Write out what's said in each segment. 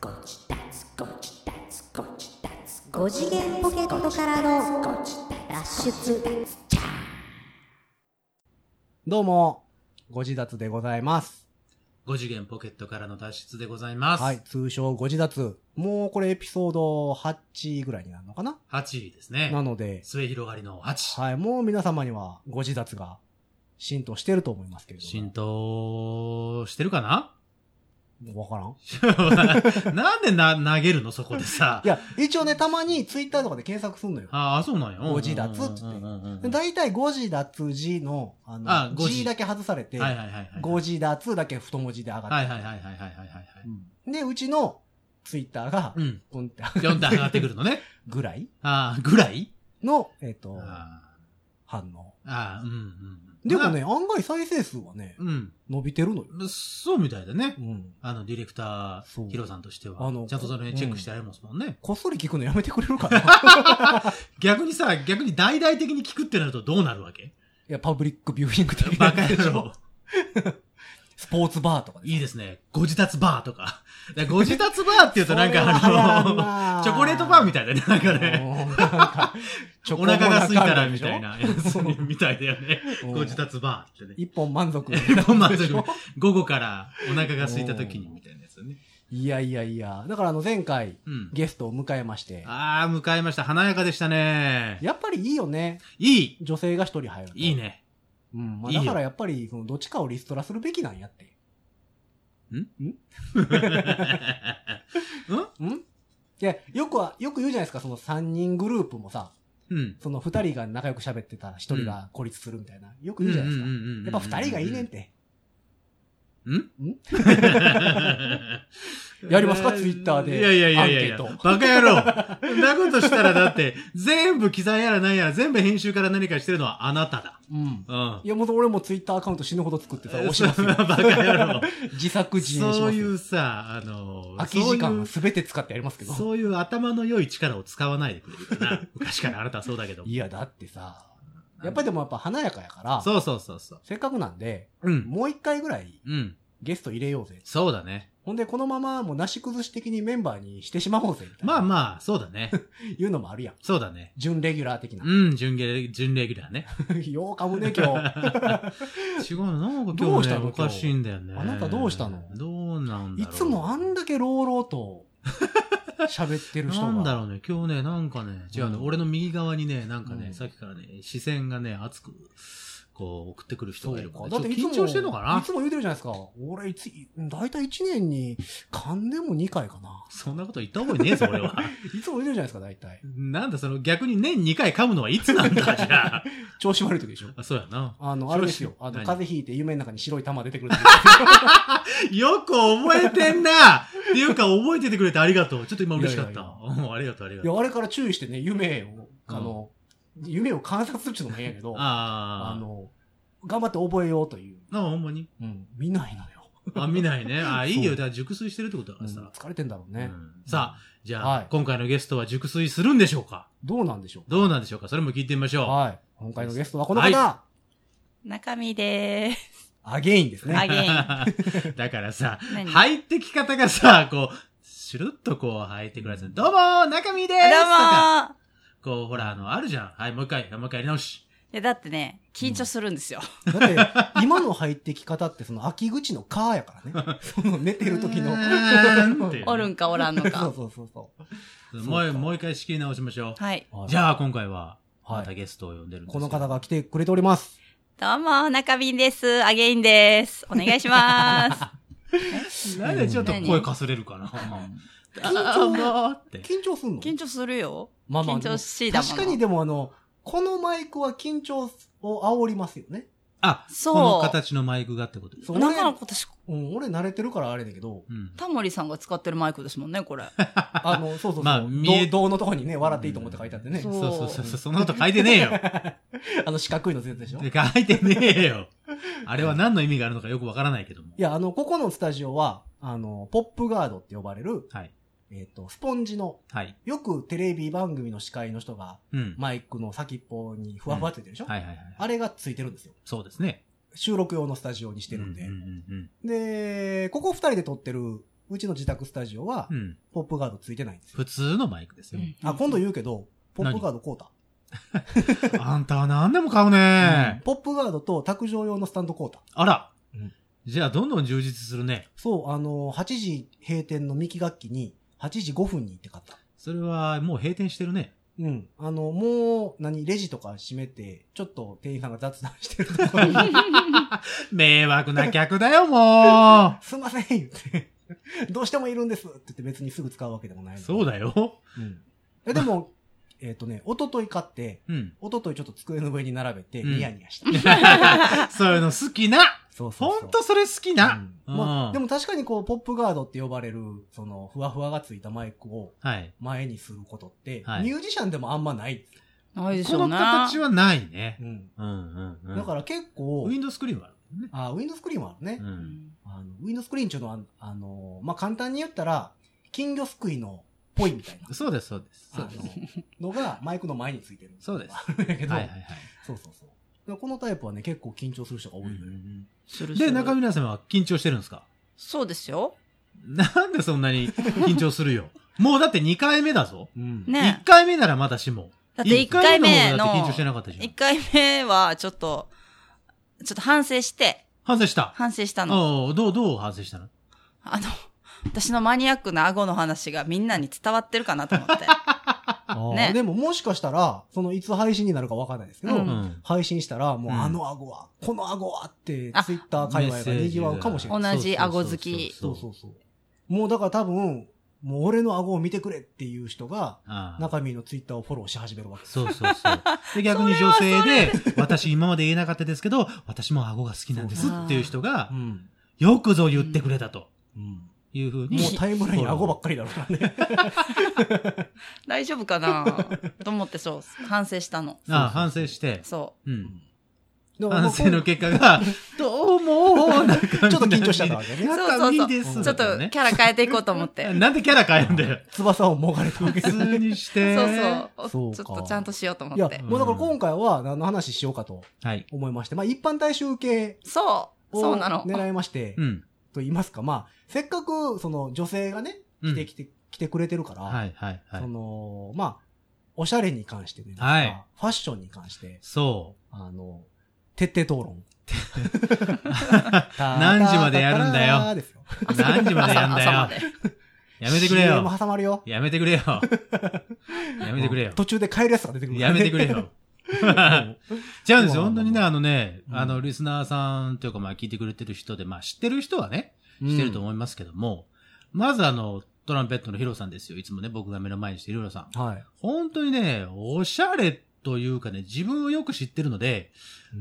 5次元ポケットからの脱出。 どうも、ご自立でございます。 5次元ポケットからの脱出でございます。 はい、通称ご自立。もうこれエピソード8ぐらいになるのかな ?8 ですね。 なので、 末広がりの8。 はい、もう皆様にはご自立が浸透してると思いますけれども。 浸透してるかなわからんなんで投げるのそこでさ。 いや、一応ね、たまにツイッターとかで検索すんのよ。 ああ、そうなんや。 ご自立っつって。だいたいご自立字の、字だけ外されて、ご自立だけ太文字で上がって。 はいはいはいはいはいはい。 で、うちのツイッターが、 ポンって上がってくるのね。 ぐらいぐらいの、反応。でもね、案外再生数はね、伸びてるのよ。 そうみたいだね。ディレクター、ヒロさんとしては。ちゃんとその辺チェックしてありますもんね。 こっそり聞くのやめてくれるかな逆に大々的に聞くってなるとどうなるわけ？ いや、パブリックビューイング的な。バカ野郎。 スポーツバーとかいいですね。ご自立バーとか。ご自立バーって言うとなんかチョコレートバーみたいだね。なんかね。お腹が空いたらみたいな。みたいだよね。ご自立バーってね。 一本満足。 一本満足。午後からお腹が空いた時にみたいなやつよね。 いやいやいや。だから前回、ゲストを迎えまして。 迎えました。華やかでしたね。 やっぱりいいよね。 いい。 女性が一人入ると。 いいね。 だからやっぱり、どっちかをリストラするべきなんやって。いや、よく言うじゃないですか、その3人グループもさ、その2人が仲良く喋ってたら1人が孤立するみたいな。よく言うじゃないですか。やっぱ2人がいいねんって。やりますかツイッターで。アンケート。 バカ野郎。そんなことしたらだって、全部記載やら何やら全部編集から何かしてるのはあなただ。 いや、もう俺もツイッターアカウント死ぬほど作ってさ、押しますよ。 バカ野郎。 自作自演しますよ。 そういうさ、 空き時間すべて使ってやりますけど。 そういう頭の良い力を使わないでくれるかな。昔からあなたはそうだけど。 いや、だってさ、やっぱりでも華やかやから。 そう。 せっかくなんで、もう一回ぐらい、ゲスト入れようぜ。 そうだね。 ほんで、このままもうなし崩し的にメンバーにしてしまおうぜ。 まあ、そうだね。 いうのもあるやん。 そうだね。 準レギュラー的な。 準レギュラーね。 ようかむね、今日。 違う、なんか今日ね、おかしいんだよね。 あなたどうしたの？ どうなんだろう。 いつもあんだけ朗々と喋ってる人が。 なんだろうね、今日ね、なんかね、違うね、俺の右側にね、なんかね、さっきからね、視線がね、熱く、こう、送ってくる人がいるから、ね。だって緊張してんのかな？ いつも言うてるじゃないですか。俺、だいたい1年に、噛んでも2回かな。 そんなこと言った覚えねえぞ、俺は。 いつも言うてるじゃないですか、だいたい。 なんだ、逆に年2回噛むのはいつなんだ、じゃあ。 調子悪い時でしょ。 そうやな。 あれですよ。風邪ひいて夢の中に白い玉出てくる時。 よく覚えてんなっていうか、覚えててくれてありがとう。ちょっと今嬉しかった。ありがとう。いや、あれから注意してね、夢を観察するっていうのも変やけど、頑張って覚えようという。 ほんまに？ 見ないのよ。 見ないね。いいよ。だから熟睡してるってことだからさ。 疲れてんだろうね。 さあ、じゃあ、今回のゲストは熟睡するんでしょうか？ どうなんでしょうか？ それも聞いてみましょう。 はい。今回のゲストはこの方。 中身でーす。 アゲインですね。 アゲイン。 だからさ、入ってき方がさ、こう、シュルッとこう入ってくるやつ。どうもー、中身でーす。 どうもー。 こう、ほら、あるじゃん。はい、もう一回やり直し。 いや、だってね、緊張するんですよ。 だって、今の入ってき方って、その、秋口のカーやからね。その、寝てる時の。 おるんかおらんのか。 そう。 もう一回仕切り直しましょう。 はい。 じゃあ、今回は、またゲストを呼んでるんです。 この方が来てくれております。 どうも、中瓶です。アゲインです。お願いします。 なんでちょっと声かすれるかな。 緊張すんの？ 緊張するよ。 まあ、 緊張しいだもん。 確かにでもこのマイクは緊張を煽りますよね。 そう。 この形のマイクがってことです。 なかなか私、 俺慣れてるからあれだけど。 タモリさんが使ってるマイクですもんね、これ。 そう。銅のとこにね、笑っていいと思って書いてあってね。 そう。そんなこと書いてねえよ。 四角いのやつでしょ？ 書いてねえよ。あれは何の意味があるのかよくわからないけども。 いや、ここのスタジオは、ポップガードって呼ばれる、スポンジの、よくテレビ番組の司会の人が、マイクの先っぽにふわふわついてるでしょ？あれがついてるんですよ。 そうですね。 収録用のスタジオにしてるんで。で、ここ二人で撮ってるうちの自宅スタジオは、ポップガードついてないんですよ。 普通のマイクですよ。 あ、今度言うけど、ポップガード買うた。 あんたは何でも買うね、 ポップガードと卓上用のスタンド買うた。 あら。じゃあ、どんどん充実するね。 そう、8時閉店の幹楽器に、8時5分に行って買った。 それは、もう閉店してるね。 うん。もう、レジとか閉めて、ちょっと店員さんが雑談してるところに。 迷惑な客だよ、もう。すいません、言って。どうしてもいるんですって言って別にすぐ使うわけでもない。 そうだよ。 でも、一昨日買って、一昨日ちょっと机の上に並べて、ニヤニヤした。 そういうの好きな。ほんとそれ好きな。 でも確かにこう、ポップガードって呼ばれる、その、ふわふわがついたマイクを、前にすることって、ミュージシャンでもあんまない。 ないでしょうね。 この形はないね。 だから結構、 ウィンドウスクリーンはあるね。 ウィンドウスクリーンはあるね。ウィンドウスクリーンっていうのは、まあ、簡単に言ったら、金魚すくいのぽいみたいな。 そうです、そうです。 のがマイクの前についてる。 そうです。 そうそうそう。このタイプはね、結構緊張する人が多いのよ。 で、中皆様は緊張してるんですか？ そうですよ。 なんでそんなに緊張するよ。もうだって2回目だぞ。 ね。 1回目ならまだしも。 だって1回目の、 緊張してなかったじゃん。 1回目はちょっと反省して。 反省したの。 どう反省したの？ 私のマニアックな顎の話がみんなに伝わってるかなと思って。 ね、でももしかしたら、いつ配信になるかわかんないですけど、配信したら、もう顎は、この顎はって、ツイッター界隈が賑わうかもしれない。 同じ顎好き。 そう。もうだから多分、もう俺の顎を見てくれっていう人が、中身のツイッターをフォローし始めるわけです。 そう。で、逆に女性で、私今まで言えなかったですけど、私も顎が好きなんですっていう人が、よくぞ言ってくれたと。いう風に。 もうタイムライン顎ばっかりだろうね。 大丈夫かなと思って反省したの。 反省して。 そう。 反省の結果が、どうもちょっと緊張しちゃったわけね。 そう。ちょっとキャラ変えていこうと思って。 なんでキャラ変えるんだよ。 翼をもがれたわけです。普通にして。 そう。ちょっとちゃんとしようと思って。 いや、もうだから今回は何の話しようかと思いまして、まあ一般大衆受けそうなの。 狙いまして、と言いますか、まあ、せっかく、女性がね、来てくれてるから、まあ、おしゃれに関してね、ファッションに関して、徹底討論。 何時までやるんだよ。何時までやるんだよ。やめてくれよ。 CM 挟まるよ。 やめてくれよ。やめてくれよ。 途中で帰るやつが出てくる。 やめてくれよ。違うんですよ。本当にね、リスナーさんというか、聞いてくれてる人で、知ってる人はね、知ってると思いますけども、まずトランペットのヒロさんですよ。いつもね、僕が目の前にしているヒロさん。本当にね、おしゃれというかね、自分をよく知ってるので、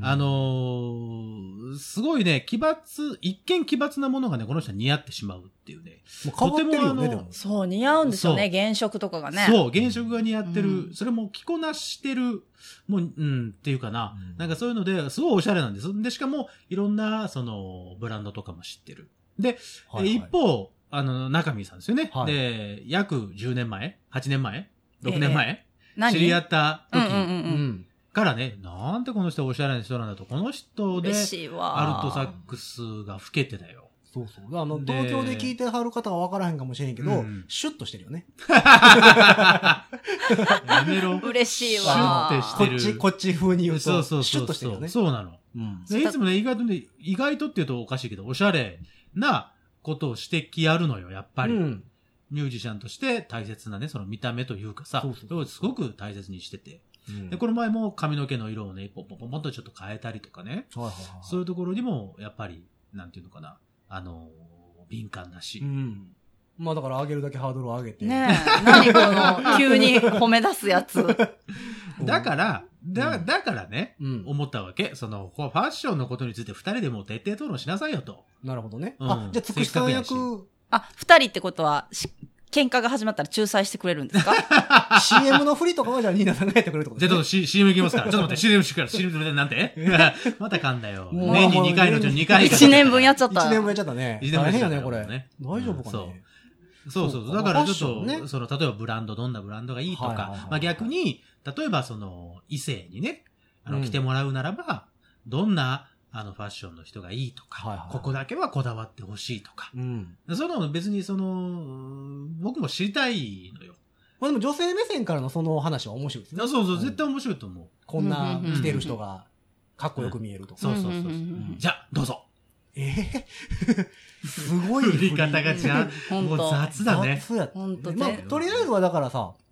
すごいね、一見奇抜なものがね、この人は似合ってしまうっていうね。 とてもそう、似合うんですよね、原色とかがね。 そう、原色が似合ってる。それも着こなしてる。もう、っていうかな。なんかそういうので、すごいおしゃれなんです。で、しかも、いろんな、ブランドとかも知ってる。で、一方、中見さんですよね。で、約10年前 ?8 年前 ?6 年前知り合った時からね、なんてこの人おしゃれな人なんだと、この人で、アルトサックスが吹けてだよ。 そう。東京で聞いてはる方は分からへんかもしれんけど、シュッとしてるよね。 やめろ。 嬉しいわ。 シュッてしてる。 こっち風に言うと、 シュッとしてるよね。 そうなの。いつもね、意外とって言うとおかしいけど、おしゃれなことをしてきやるのよ、やっぱり。ミュージシャンとして大切なね、その見た目というかさ、すごく大切にしてて。で、この前も髪の毛の色をね、ポンとちょっと変えたりとかね。そういうところにも、やっぱり、なんていうのかな。敏感だし。 まあだから上げるだけハードルを上げて。 ねえ。何この、急に褒め出すやつ。 だからね、思ったわけ。ファッションのことについて二人でもう徹底討論しなさいよと。 なるほどね。じゃあ、つくしさん役。 二人ってことは、喧嘩が始まったら仲裁してくれるんですか？ CM の振りとかはじゃあニーナさんがやってくれるってことですね。 じゃあCM いきますから。ちょっと待って、CM してから、CM なんてまた噛んだよ。年に2回のうち2回。 1年分やっちゃった。 1年分やっちゃったね。大変やね、これ。大丈夫かね。 そう。だからちょっと、例えばブランド、どんなブランドがいいとか、逆に、例えば異性にね、着てもらうならば、どんなファッションの人がいいとか、ここだけはこだわってほしいとか。その別に僕も知りたいのよ。 まあでも女性目線からのその話は面白いですね。 そうそう、絶対面白いと思う。 こんな着てる人がかっこよく見えるとか。 そうそうそう。じゃあ、どうぞ。 すごい振り方がもう雑だね。 雑やった。まあ、とりあえずはだからさ、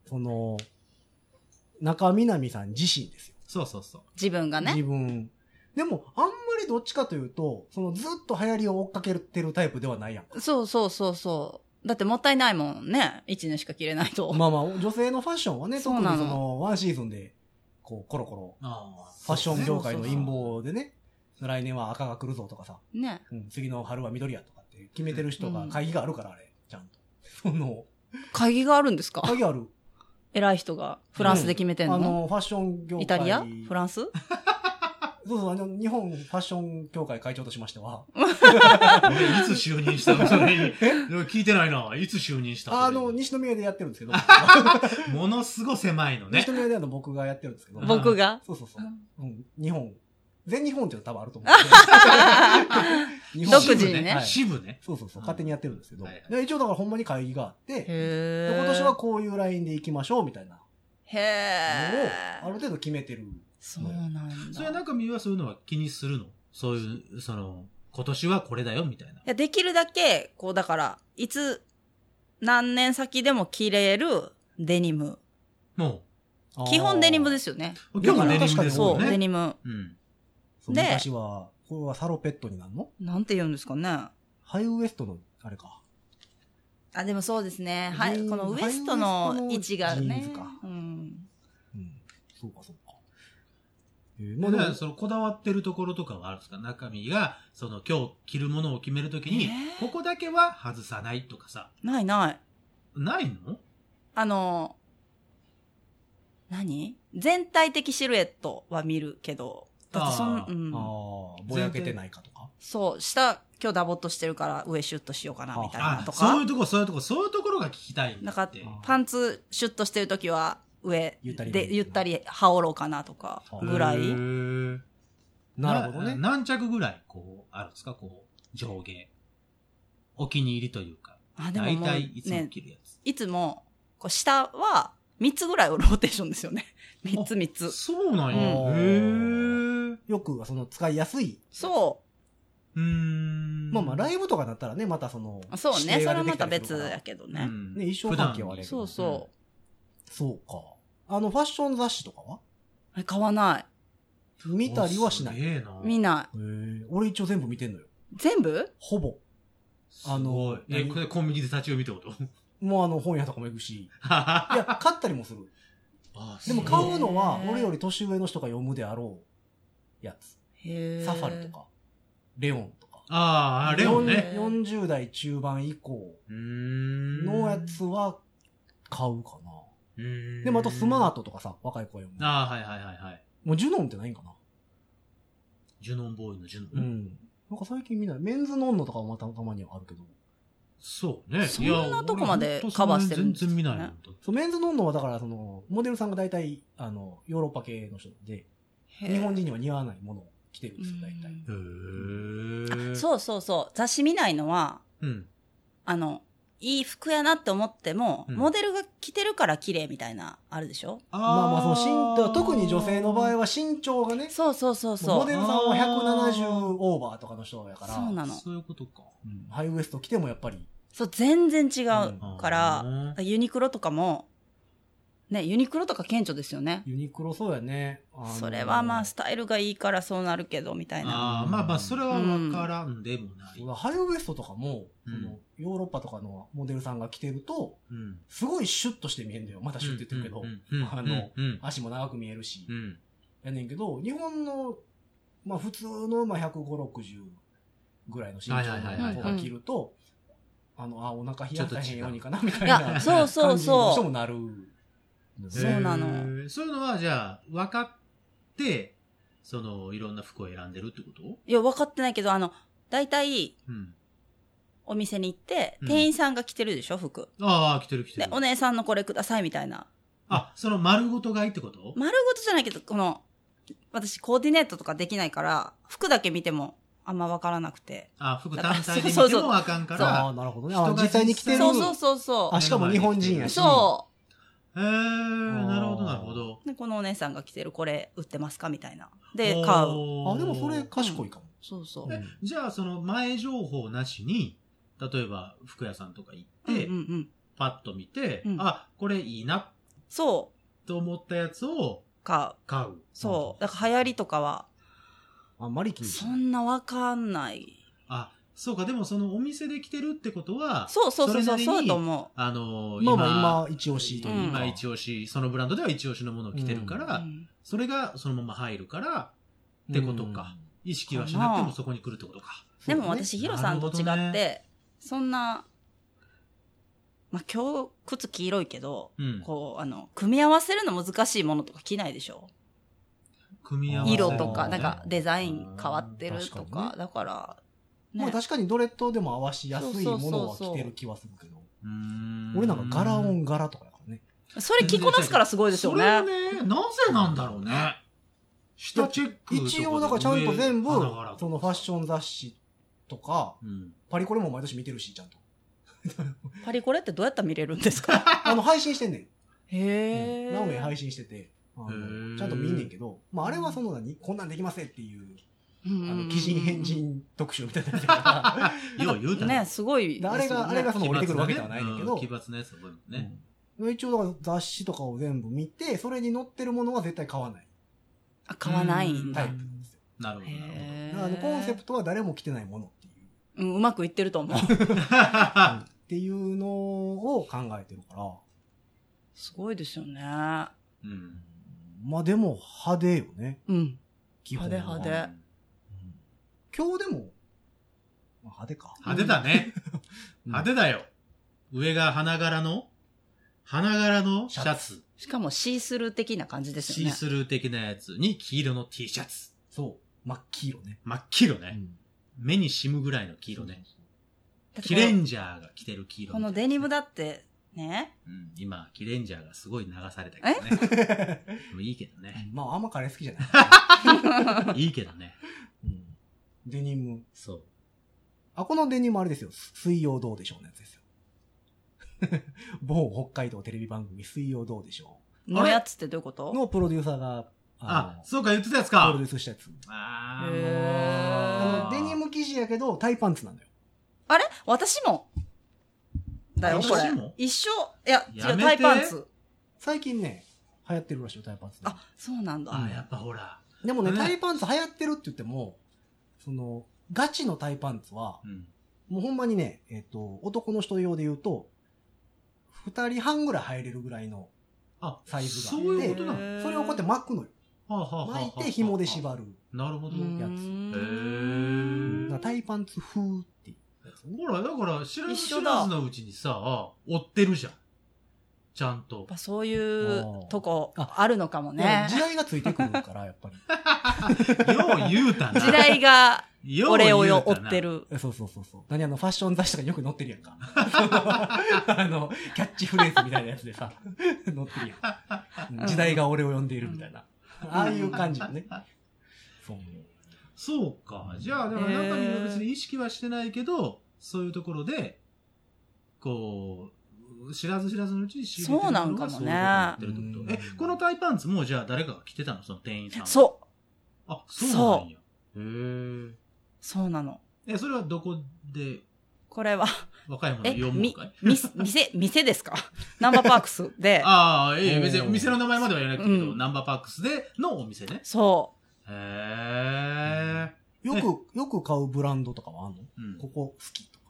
中南さん自身ですよ。 そうそうそう。 自分がね。 自分。でも、あんまりどっちかというと、ずっと流行りを追っかけてるタイプではないやん。 そうそうそうそう。だってもったいないもんね。1年しか着れないと。 まあまあ、女性のファッションはね、特にワンシーズンで、コロコロ、ファッション業界の陰謀でね、来年は赤が来るぞとかさ、 ね、 次の春は緑やとかって決めてる人が会議があるから、あれ、ちゃんと。 会議があるんですか？ 会議ある。 偉い人がフランスで決めてんの？ ファッション業界。 イタリア？フランス？ そうそう、日本ファッション協会会長としましては。 いつ就任したの？それに。聞いてないな。いつ就任したの？ 西宮でやってるんですけど。 ものすごい狭いのね。 西宮で僕がやってるんですけど。 僕が？ そうそうそう。日本。全日本っていうの多分あると思うんで。独自にね。 支部ね。 そうそうそう。勝手にやってるんですけど。一応だからほんまに会議があって、今年はこういうラインで行きましょうみたいな。 へー。ある程度決めてる。 そうなんだ。 それは中身はそういうのは気にするの？そういう、今年はこれだよみたいな。 いや、できるだけ、だから、何年先でも着れるデニム。 もう。基本デニムですよね。 今日もデニムですよね。 そう、デニム。 で、昔は、これはサロペットになるの？ なんて言うんですかね。 ハイウエストの、あれか。 あ、でもそうですね。はい、このウエストの位置がね。 そうか、そうか。 まあでも、こだわってるところとかはあるんですか？中身が、今日着るものを決めるときに、ここだけは外さないとかさ。 ないない。 ないの？ 何？全体的シルエットは見るけど、だってぼやけてないかとか。 そう、下、今日ダボっとしてるから上シュッとしようかな、みたいなとか。 そういうところが聞きたいんだって。 パンツシュッとしてるときは、上でゆったり羽織ろうかなとかぐらい。 なるほどね。 何着ぐらいあるんですか？上下。お気に入りというか。大体いつも着るやつ。 いつも、下は3つぐらいをローテーションですよね。3つ。 そうなんや。 よく使いやすい。 そう。 まあライブとかだったらね、またそうね、それはまた別やけどね。 衣装関係はあれ。 そうそう。 そうか。ファッション雑誌とかは？ 買わない。 見たりはしない。 見ない。 俺一応全部見てんのよ。 全部？ ほぼ。 これコンビニで立ち読みってこと？ もう本屋とかも行くし。いや、買ったりもする。でも買うのは、俺より年上の人が読むであろうやつ。サファリとか、レオンとか。 レオンね。 40代中盤以降のやつは買うかな。でもあとスマートとかさ、若い子読む。 はいはいはいはい。 もうジュノンってないんかな？ ジュノンボーイのジュノン。 なんか最近見ない。メンズノンノとかもたまにはあるけど。 そうね。 そんなとこまでカバーしてるんですね。 全然見ない。 そう、メンズノンノはだからモデルさんが大体、ヨーロッパ系の人で、日本人には似合わないものを着てるんですよ、大体。そうそうそう。雑誌見ないのは、いい服やなって思っても、モデルが着てるから綺麗みたいな、あるでしょ？ まあ特に女性の場合は身長がね。 そうそうそうそう。 モデルさんは170オーバーとかの人やから。 そうなの。 そういうことか。 ハイウエスト着てもやっぱり。 そう、全然違うから、ユニクロとかも、ね、ユニクロとか顕著ですよね。 ユニクロそうやね。 それはまあスタイルがいいからそうなるけどみたいな。 まあまあそれは分からんでもない。 ハイウエストとかも、ヨーロッパとかのモデルさんが着てると、すごいシュッとして見えるんだよ。またシュッって言ってるけど、足も長く見えるし。やねんけど、日本の、まあ普通の150、60ぐらいの身長の子が着ると、お腹冷やさへんようにかなみたいな感じの人もなる。 そうなの。 そういうのは、じゃあ、分かって、いろんな服を選んでるってこと？ いや、分かってないけど、だいたい、お店に行って、店員さんが着てるでしょ、服。 着てる。 で、お姉さんのこれください、みたいな。 丸ごと買いってこと？ 丸ごとじゃないけど、 私コーディネートとかできないから、服だけ見てもあんま分からなくて。 服単体で見てもあかんから。 ああ、なるほどね。実際に着てる。 そう。 しかも日本人やし。 そう。 なるほど、なるほど。 で、このお姉さんが着てるこれ売ってますかみたいな。で、買う。 でもそれ賢いかも。 そうそう。 じゃあ、その前情報なしに、例えば服屋さんとか行って、パッと見て、これいいな。 そう。 と思ったやつを買う。 そう。だから流行りとかは、 あんまり気にしない。 そんなわかんない。 そうか、でもそのお店で着てるってことは、 そうだと思う。 今一押しという今一押し、そのブランドでは一押しのものを着てるから、それがそのまま入るから、ってことか。意識はしなくてもそこに来るってことか。 でも私、ヒロさんと違って、そんな、今日靴黄色いけど、組み合わせるの難しいものとか着ないでしょ？ 組み合わせ色とか、なんかデザイン変わってるとか、だから、 確かにドレッドでも合わしやすいものは着てる気はするけど。俺なんか柄オン柄とかやからね。 それ着こなすからすごいですよね。 それね、なぜなんだろうね。下チェック一応だからちゃんと全部、そのファッション雑誌とか、パリコレも毎年見てるし、ちゃんと。 パリコレってどうやったら見れるんですか？ 配信してんねん。 へー。 ランウェイ配信してて、ちゃんと見んねんけど、あれはそのこんなんできませんっていう、奇人変人特集みたいなやつが。 よう言うたね。 すごい。 あれがその降りてくるわけではないんだけど。 奇抜なやつ覚えるね。 一応だから雑誌とかを全部見て、それに載ってるものは絶対買わない。 買わないんだ。 タイプなんですよ。 なるほど。 だからコンセプトは誰も着てないものっていう。 うまくいってると思う。 っていうのを考えてるから。 すごいですよね。 でも派手よね。 基本は。派手。 今日でも、派手か。 派手だね。派手だよ。上が花柄のシャツ。 しかもシースルー的な感じですよね。 シースルー的なやつに黄色の T シャツ。 そう。真っ黄色ね。 真っ黄色ね。目に染むぐらいの黄色ね。キレンジャーが着てる黄色。 このデニムだってね。 今、キレンジャーがすごい流されたけどね。もういいけどね。 あんまカレー好きじゃない。 いいけどね。 デニム。 そう。 このデニムあれですよ。水曜どうでしょうのやつですよ。某北海道テレビ番組水曜どうでしょう。のやつってどういうことのプロデューサーが、 そうか言ってたやつか。 プロデュースしたやつ。デニム生地やけど、タイパンツなんだよ。 あれ私も。だよ、これ。一緒。いや、違う、タイパンツ。 最近ね、流行ってるらしいよ、タイパンツ。 そうなんだ。 やっぱほら。 でもね、タイパンツ流行ってるって言っても、ガチのタイパンツは、もうほんまにね、男の人用で言うと、2人半ぐらい入れるぐらいのサイズがあって、それをこうやって巻くのよ。巻いて紐で縛る。 なるほど。 やつ。タイパンツ風っていうやつね。 ほら、だから知らずのうちにさ、追ってるじゃん。ちゃんと。 そういうとこあるのかもね。 時代がついてくるから、やっぱり。 よう言うたな。 時代が、俺を追ってる。 そう。ファッション雑誌とかによく載ってるやんか。キャッチフレーズみたいなやつでさ、載ってるやん。時代が俺を呼んでいるみたいな。ああいう感じよね。 そうか。じゃあ、だから中身は別に意識はしてないけど、そういうところで、こう、知らずのうちに仕入れてるのがそういうことになってるってこと。このタイパンツもじゃあ誰かが着てたのその店員さん。 そう。 そうなんや。へえ。 そうなの。 それはどこでこれは。 和歌山の4門会店ですかナンバーパークスで。 別にお店の名前までは言わなくていいけど、ナンバーパークスでのお店ね。 そう。 へえ。よく買うブランドとかはあんの？ここ好きとか。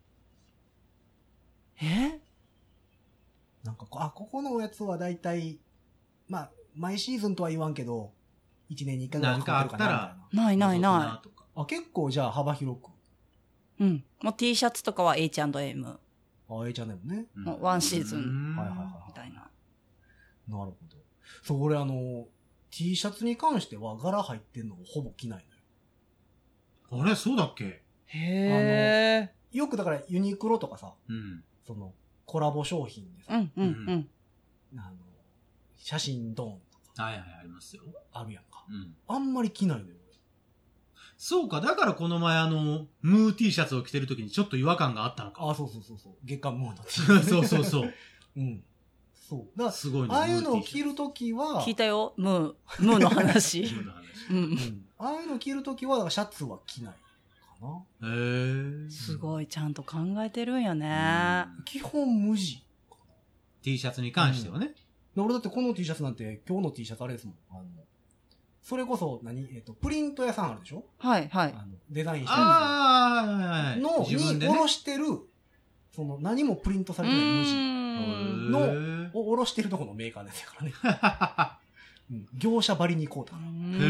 なんか、ここのやつはだいたい、毎シーズンとは言わんけど、1年に1回ぐらい買ってるかなみたいな。ない。 結構じゃあ幅広く。 もう T シャツとかは H&M。 H&M ね。 ワンシーズン。みたいな。 なるほど。そう、俺T シャツに関しては柄入ってんのをほぼ着ないのよ。あれそうだっけ？ へー。 よくだからユニクロとかさ、そのコラボ商品でさ、写真ドーンとか。 はいはい、ありますよ。 あるやんか。 うん。 あんまり着ないのよ。 そうか、だからこの前ムー T シャツを着てるときにちょっと違和感があったのか。 あ、そう。月刊ムーの T シャツ。 そう。 うん。そう。だから、 すごいね。 ああいうのを着るときは。 聞いたよ、ムーの話。 うん。ああいうのを着るときは、シャツは着ないかな。 へえ。 すごい、ちゃんと考えてるんよね。 基本無地。 T シャツに関してはね。 俺だってこの T シャツなんて、今日の T シャツあれですもん。それこそプリント屋さんあるでしょ？ はい。 デザインしたやつのにおろしてる、何もプリントされてない無地のをおろしてるとこのメーカーですからね。業者張りに行こうとか。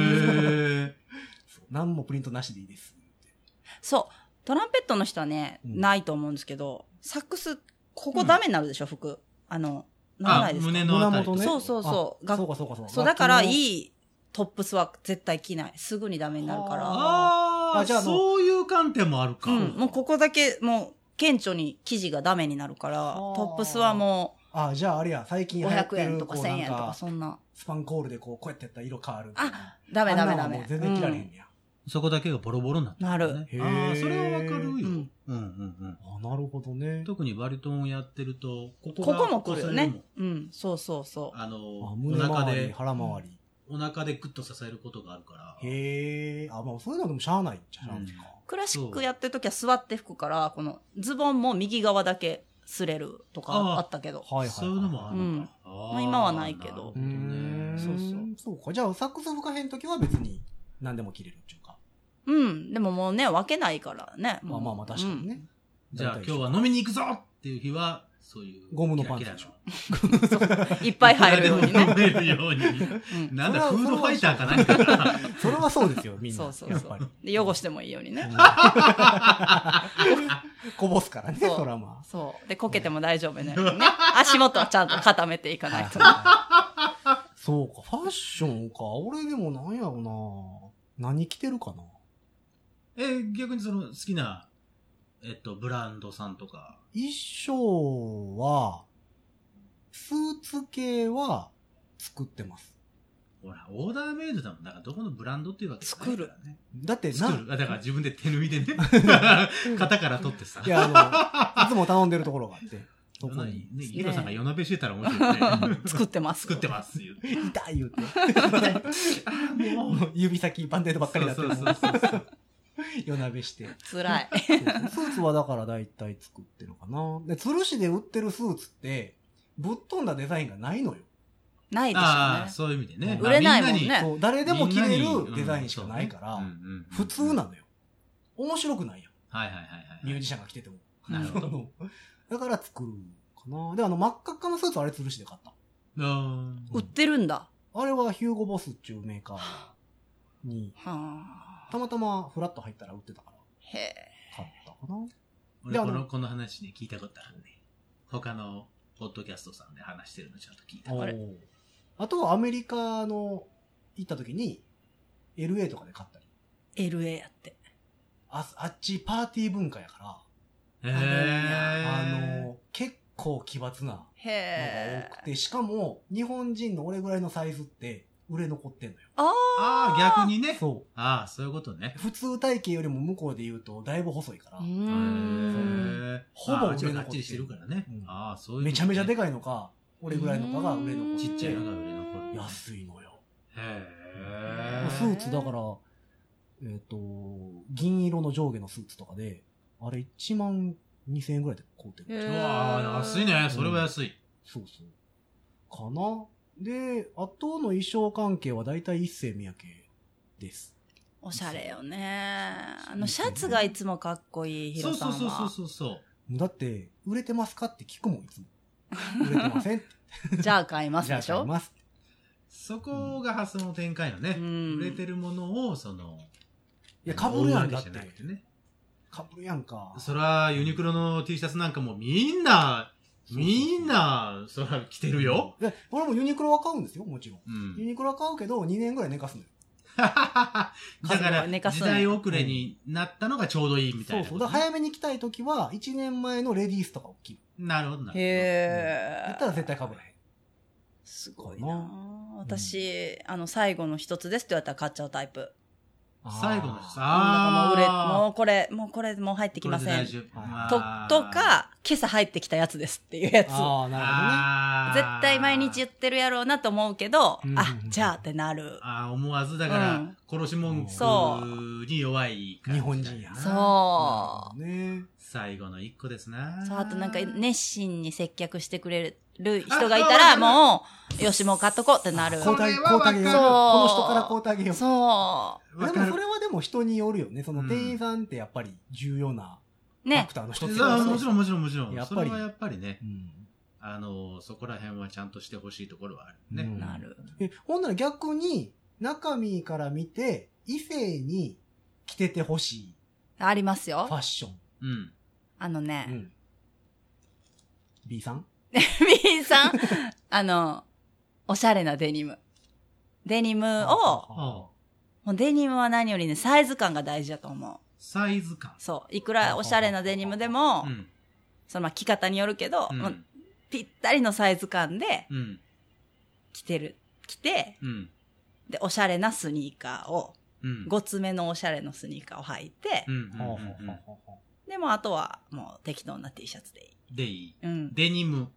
何もプリントなしでいいです。 そう。トランペットの人はね、ないと思うんですけど、サックス、ここダメになるでしょ、服。ならないですか？ 胸のあたり。 そう。 そうか。 そう、だからいいトップスは絶対着ない。すぐにダメになるから。 じゃあそういう観点もあるか。 もうここだけ、もう、顕著に生地がダメになるから、トップスはもう。じゃああれや、最近 500円とか1000円とかそんな。 スパンコールでこうやってやったら色変わる。 ダメ。 もう全然着られへんや。 そこだけがボロボロになってる。 なる。 それはわかるよ。 なるほどね。 特にバリトンをやってると、 ここも来るよね。そう。 胸周り、腹周り。 お腹でグッと支えることがあるから。 そういうのでもしゃあないっちゃしゃあないか。 クラシックやってるときは座って吹くから、このズボンも右側だけ擦れるとかあったけど。 そういうのもあるのか。 今はないけど。 そうか。じゃあサックス吹かへんときは別に何でも着れるっていうか。 でももうね、分けないからね。 まあ確かにね。 じゃあ今日は飲みに行くぞっていう日は、そういう。 ゴムのパンツでしょ。 いっぱい入るようにね。 飲めるように。なんだ、フードファイターか何かな。 それはそうですよ、みんな。 そう。やっぱり。で、汚してもいいようにね。 こぼすからね、そらまあ。 そう。で、こけても大丈夫ね。足元はちゃんと固めていかないと。 そうか、ファッションか。俺でもなんやろな。何着てるかな。 逆に好きな、ブランドさんとか。 衣装は、スーツ系は作ってます。 ほら、オーダーメイドだもん。だからどこのブランドっていうわけ作る。 だってだから自分で手縫いでね。型から取ってさ。 いや、いつも頼んでるところがあって。そこに。 ヒロさんが夜鍋してたら面白いね。 作ってます。 言うて。 痛い言うて。もう指先バンデードばっかりだって。そう。夜鍋して。 辛い。 スーツはだから大体作ってるかな。で、鶴市で売ってるスーツって、ぶっ飛んだデザインがないのよ。 ないでしょうね。 そういう意味でね。 売れないもんね。 そう、誰でも着れるデザインしかないから、普通なのよ。面白くないやん。ミュージシャンが着てても。 なるほど。 だから作るかな。で、真っ赤っかのスーツあれ鶴市で買った。 売ってるんだ。 あれはヒューゴボスっていうメーカーに。たまたまフラッと入ったら売ってたから。買ったかな。 俺この話ね、聞いたことあるね。他のポッドキャストさんで話してるのちゃんと聞いた。 あとはアメリカの行った時に LA とかで買ったり。 LA やって。 あっちパーティー文化やから。結構奇抜なのが多くて、しかも日本人の俺ぐらいのサイズって売れ残ってんのよ。 逆にね。 そう。 そういうことね。 普通体型よりも向こうで言うとだいぶ細いから。ほぼ売れ残ってるからね。そういう。 めちゃめちゃでかいのか、俺ぐらいのかが売れ残って。 ちっちゃいのが売れ残る。 安いのよ。スーツだから、銀色の上下のスーツとかで、あれ1万2000円ぐらいで買うてる。 安いね。それは安い。 そう。かな。で、あとの衣装関係はだいたい一世三宅です。 おしゃれよね。シャツがいつもかっこいい、ヒロさんは。 そう。 だって、売れてますかって聞くもん、いつも。売れてませんって。 じゃあ買いますでしょ。 じゃあ買います。 そこが発想の展開よね。売れてるものを、 いや、被るやんだって。被るやんか。 そら、ユニクロの T シャツなんかもみんな、そら着てるよ。 俺もユニクロは買うんですよ、もちろん。ユニクロは買うけど、2年ぐらい寝かすのよ。 だから、時代遅れになったのがちょうどいいみたいな。 そう。だから早めに着たいときは、1年前のレディースとかを着る。 なるほど。 だったら絶対被らへん。 すごいな私、最後の一つですって言われたら買っちゃうタイプ。 最後の人もうこれ入ってきません。とか、今朝入ってきたやつですっていうやつ。 ああ、なるほどね。 絶対毎日言ってるやろうなと思うけど、じゃあってなる。 思わず、だから、殺し文句に弱い日本人やな。 そう。 ね。 最後の一個ですな。 そう、あとなんか熱心に接客してくれる人がいたら、もう、よし、もう買っとこうってなる。 こうてあげよう。この人からこうてあげよう。 そう。 でもそれはでも人によるよね。その店員さんってやっぱり重要なファクターの一つだね。もちろん。 やっぱり。 それはやっぱりね。そこら辺はちゃんとしてほしいところはあるね。 なる。 ほんなら逆に、中身から見て、異性に着ててほしい。 ありますよ。 ファッション。B さん B さんおしゃれなデニム。デニムを、もうデニムは何よりね、サイズ感が大事だと思う。 サイズ感？ そう。いくらおしゃれなデニムでも、着方によるけど、ぴったりのサイズ感で、着て、で、おしゃれなスニーカーを、ごつめのおしゃれのスニーカーを履いて、でもあとはもう適当な T シャツでいい。 でいい。デニム。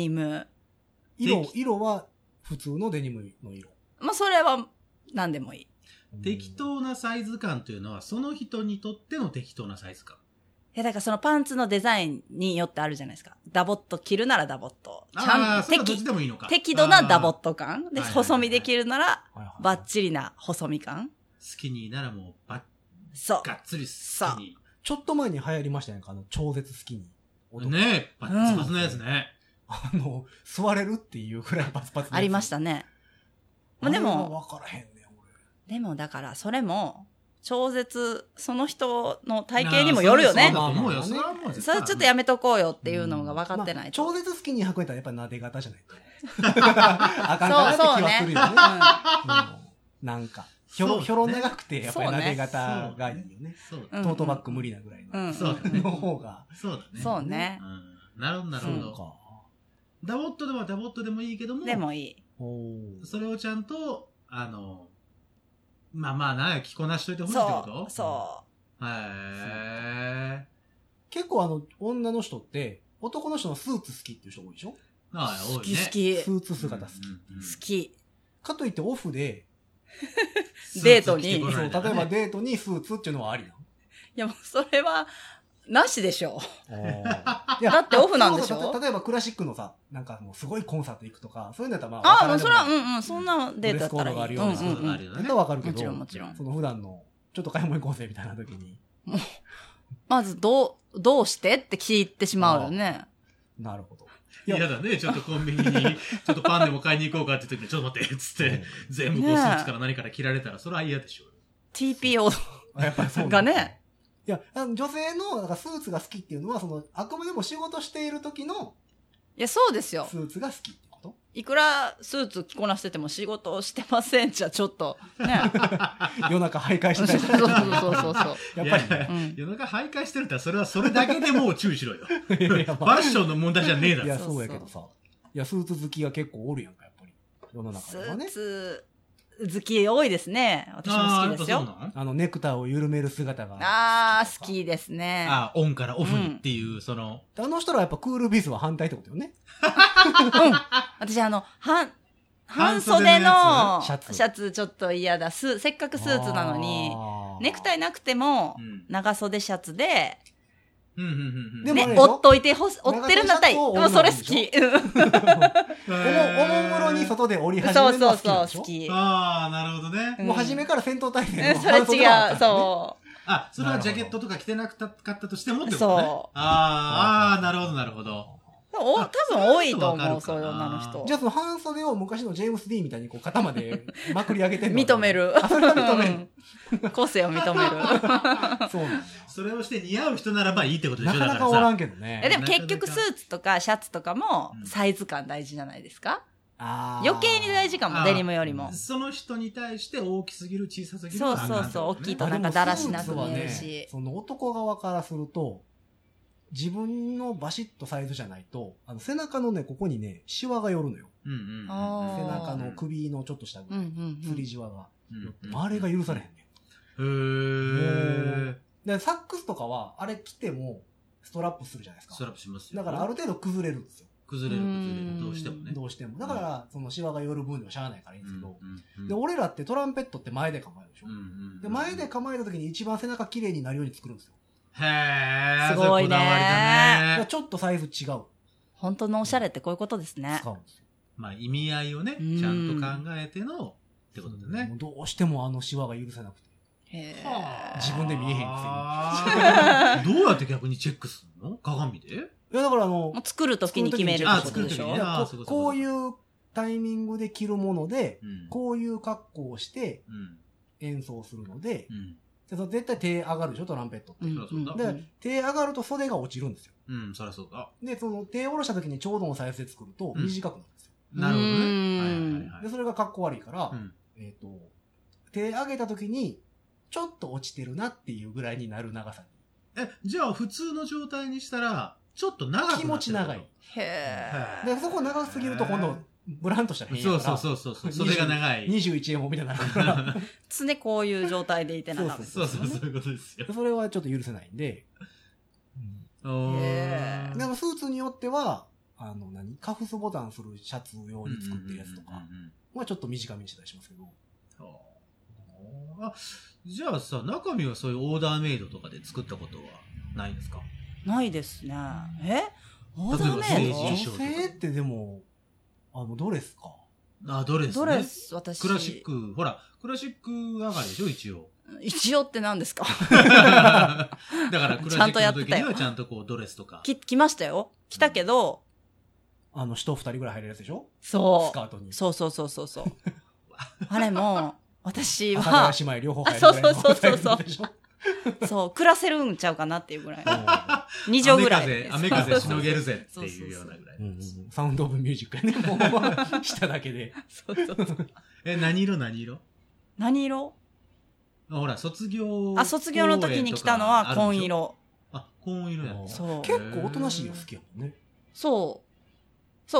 色は普通のデニムの色。 まあ、それは何でもいい。 適当なサイズ感というのは、その人にとっての適当なサイズ感。 だからそのパンツのデザインによってあるじゃないですか。ダボっと着るならダボっと。適度なダボっと感。で、細身で着るなら、バッチリな細身感。 スキニーならもう、がっつりスキニー。 ちょっと前に流行りましたね。超絶スキニー。ねえ、バツバツのやつね。 座れるっていうくらいバツバツのやつ。 ありましたね。まあでも、 わからへんね、 俺。でもだから、それも、超絶、その人の体型にもよるよね。それちょっとやめとこうよっていうのが分かってないと。 超絶スキニー履くんやったらやっぱなで型じゃないと。あかんかなって気はするよね。なんか。ひょろ長くて、やっぱりなで型がいいよね。トートバッグ無理なぐらいの方が。 そうだね。 そうね。 なるほど。ダボットでもいいけども。 でもいい。 それをちゃんと、着こなしといてほしいってこと？ そう。 結構女の人って、男の人のスーツ好きっていう人多いでしょ？ 好き。 スーツ姿好き。 好き。 かといってオフで、 デートに。 例えばデートにスーツっていうのはありなの？ いや、もうそれは、なしでしょ。だってオフなんでしょ？ 例えばクラシックのさ、なんかもうすごいコンサート行くとか、そういうのだったらまあ、それは、そんなデートだったらいい。 ドレスコードがあるような。だったらわかるけど、 もちろん。 その普段の、ちょっと買い物行こうぜみたいな時に。 まず、どうしてって聞いてしまうよね。 なるほど。 嫌だね。ちょっとコンビニに、ちょっとパンでも買いに行こうかって時に、ちょっと待って、つって、全部こうスーツから何から着られたら、それは嫌でしょ。 TPO がね。 いや、女性のスーツが好きっていうのは、あくまでも仕事している時の、 いや、そうですよ。 スーツが好きってこと？ いくらスーツ着こなしてても仕事をしてませんじゃ、ちょっと、ね。 夜中徘徊してたりとそう。 やっぱりね。 夜中徘徊してるってそれはそれだけでもう注意しろよ。ファッションの問題じゃねえだろ。 いや、そうやけどさ。いや、スーツ好きが結構おるやんか、やっぱり。世の中ではね。 スーツ好き多いですね。私も好きですよ。 ネクタイを緩める姿が。 好きですね。 オンからオフにっていう、 あの人らはやっぱクールビズは反対ってことよね。 私半袖のシャツちょっと嫌だ。せっかくスーツなのに、ネクタイなくても、長袖シャツで、ね、折ってるんだったら、もうそれ好き。 おもむろに外で折り始めるの好きでしょ？ 好き。 なるほどね。 もう初めから戦闘態勢のそれ違う、そう。 それはジャケットとか着てなかったとしてもってことね。そう。なるほど。 多分多いと思う、そういう女の人。 じゃあ半袖を昔のジェームス・ディーンみたいに肩までまくり上げてるの？ 認める。 それは認める。 個性を認める。 そうなんそれをして似合う人ならばいいってことでしょ？ なかなかおらんけどね。 でも結局スーツとかシャツとかもサイズ感大事じゃないですか？余計に大事かも、デニムよりも。 その人に対して大きすぎる小さすぎる。 そう、大きいとなんかだらしなく見えるし。 その男側からすると、 自分のバシッとサイズじゃないと、背中のね、ここにね、シワが寄るのよ。背中の首のちょっと下ぐらい、吊りじわが寄って、あれが許されへんねん。で、サックスとかは、あれ着ても、ストラップするじゃないですか。 ストラップしますよ。 だからある程度崩れるんですよ。 崩れる、どうしてもね。 どうしても。だから、そのシワが寄る分ではしゃあないからいいんですけど、で、俺らってトランペットって前で構えるでしょ。で、前で構えた時に一番背中綺麗になるように作るんですよ。 へー。 すごいね。 こだわりだね。 ちょっとサイズ違う。 本当のおしゃれってこういうことですね。 使うんですよ。 まあ意味合いをね、ちゃんと考えての、ってことだね。 どうしてもシワが許せなくて。自分で見えへんくせに。どうやって逆にチェックするの？鏡で？いや、だから作るときに決めるってことでしょ？ こういうタイミングで着るもので、こういう格好をして演奏するので、絶対手上がるでしょ、トランペットって。で、手上がると袖が落ちるんですよ。 そりゃそうだ。 で、その手を下ろした時にちょうどのサイズで作ると短くなるんですよ。 なるほどね。 で、それが格好悪いから、手上げた時に、ちょっと落ちてるなっていうぐらいになる長さに。じゃあ普通の状態にしたら、ちょっと長くなってる。 気持ち長い。で、そこ長すぎると今度、ブランとしたら変やから。 そう。袖が長い。 21円もみたいになるから。 常こういう状態でいてなかった。 そういうことですよ。 それはちょっと許せないんで。でもスーツによっては、カフスボタンするシャツ用に作ってるやつとかはちょっと短めにしたりしますけど。 じゃあさ、中身はそういうオーダーメイドとかで作ったことはないんですか？ ないですね。オーダーメイド？ 女性ってでも、ドレスか。 ドレスね。 ドレス、私。 クラシック、ほら、クラシック上がりでしょ、一応。 一応って何ですか？ だからクラシックの時にはちゃんとこうドレスとか。 着ましたよ。着たけど、 人二人ぐらい入れるやつでしょ？ そう。 スカートに。 そう。あれも、私は。 阿佐ヶ谷姉妹両方入るぐらいのそう、暮らせるんちゃうかなっていうぐらい。2畳ぐらい。 雨風しのげるぜっていうようなぐらい。 サウンドオブミュージックやね。もう、しただけで。 そう。 何色？ 何色？ ほら、卒業の時に来たのは紺色。 紺色やった。 そう。結構おとなしいよ、好きやもんね。 そう、